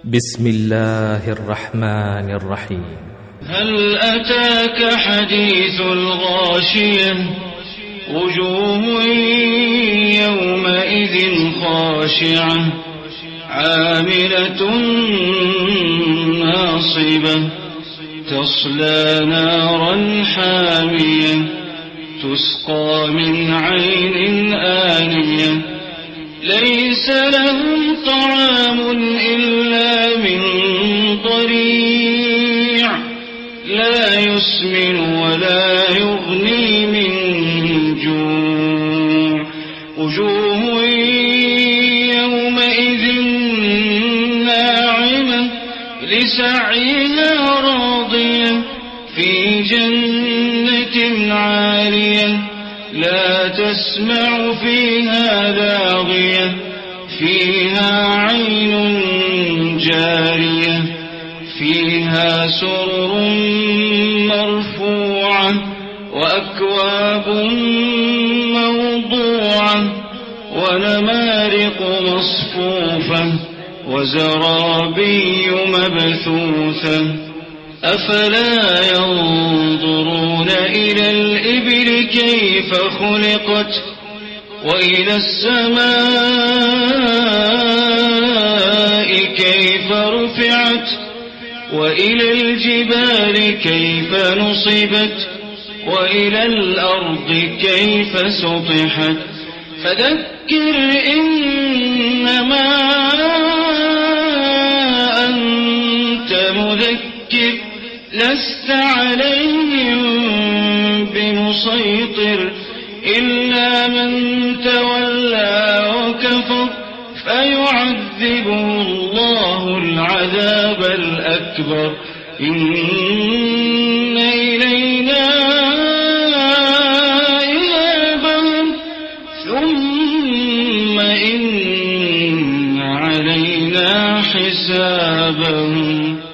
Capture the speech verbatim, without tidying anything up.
بسم الله الرحمن الرحيم. هل أتاك حديث الغاشية وجوه يومئذ خاشعة عاملة ناصبة تصلى نارا حامية تسقى من عين آنية ليس لهم طعام إلا من ضريع لا يسمن ولا يغني من جوع وجوه يومئذ ناعمة لسعيها راضية في جنة عالية لا تسمع فيها لاغية فيها عين جارية فيها سرر مرفوعة وأكواب موضوعة ونمارق مصفوفة وزرابي مبثوثة أفلا ينظرون إلى الإبل كيف خلقت وإلى السماء كيف رفعت وإلى الجبال كيف نصبت وإلى الأرض كيف سطحت فذكر إنما أنت مذكر لست عليهم بمسيطر إلا من تولى وكفر فيعذبه الله العذاب الأكبر إن إلينا إيابهم ثم إن علينا حسابهم.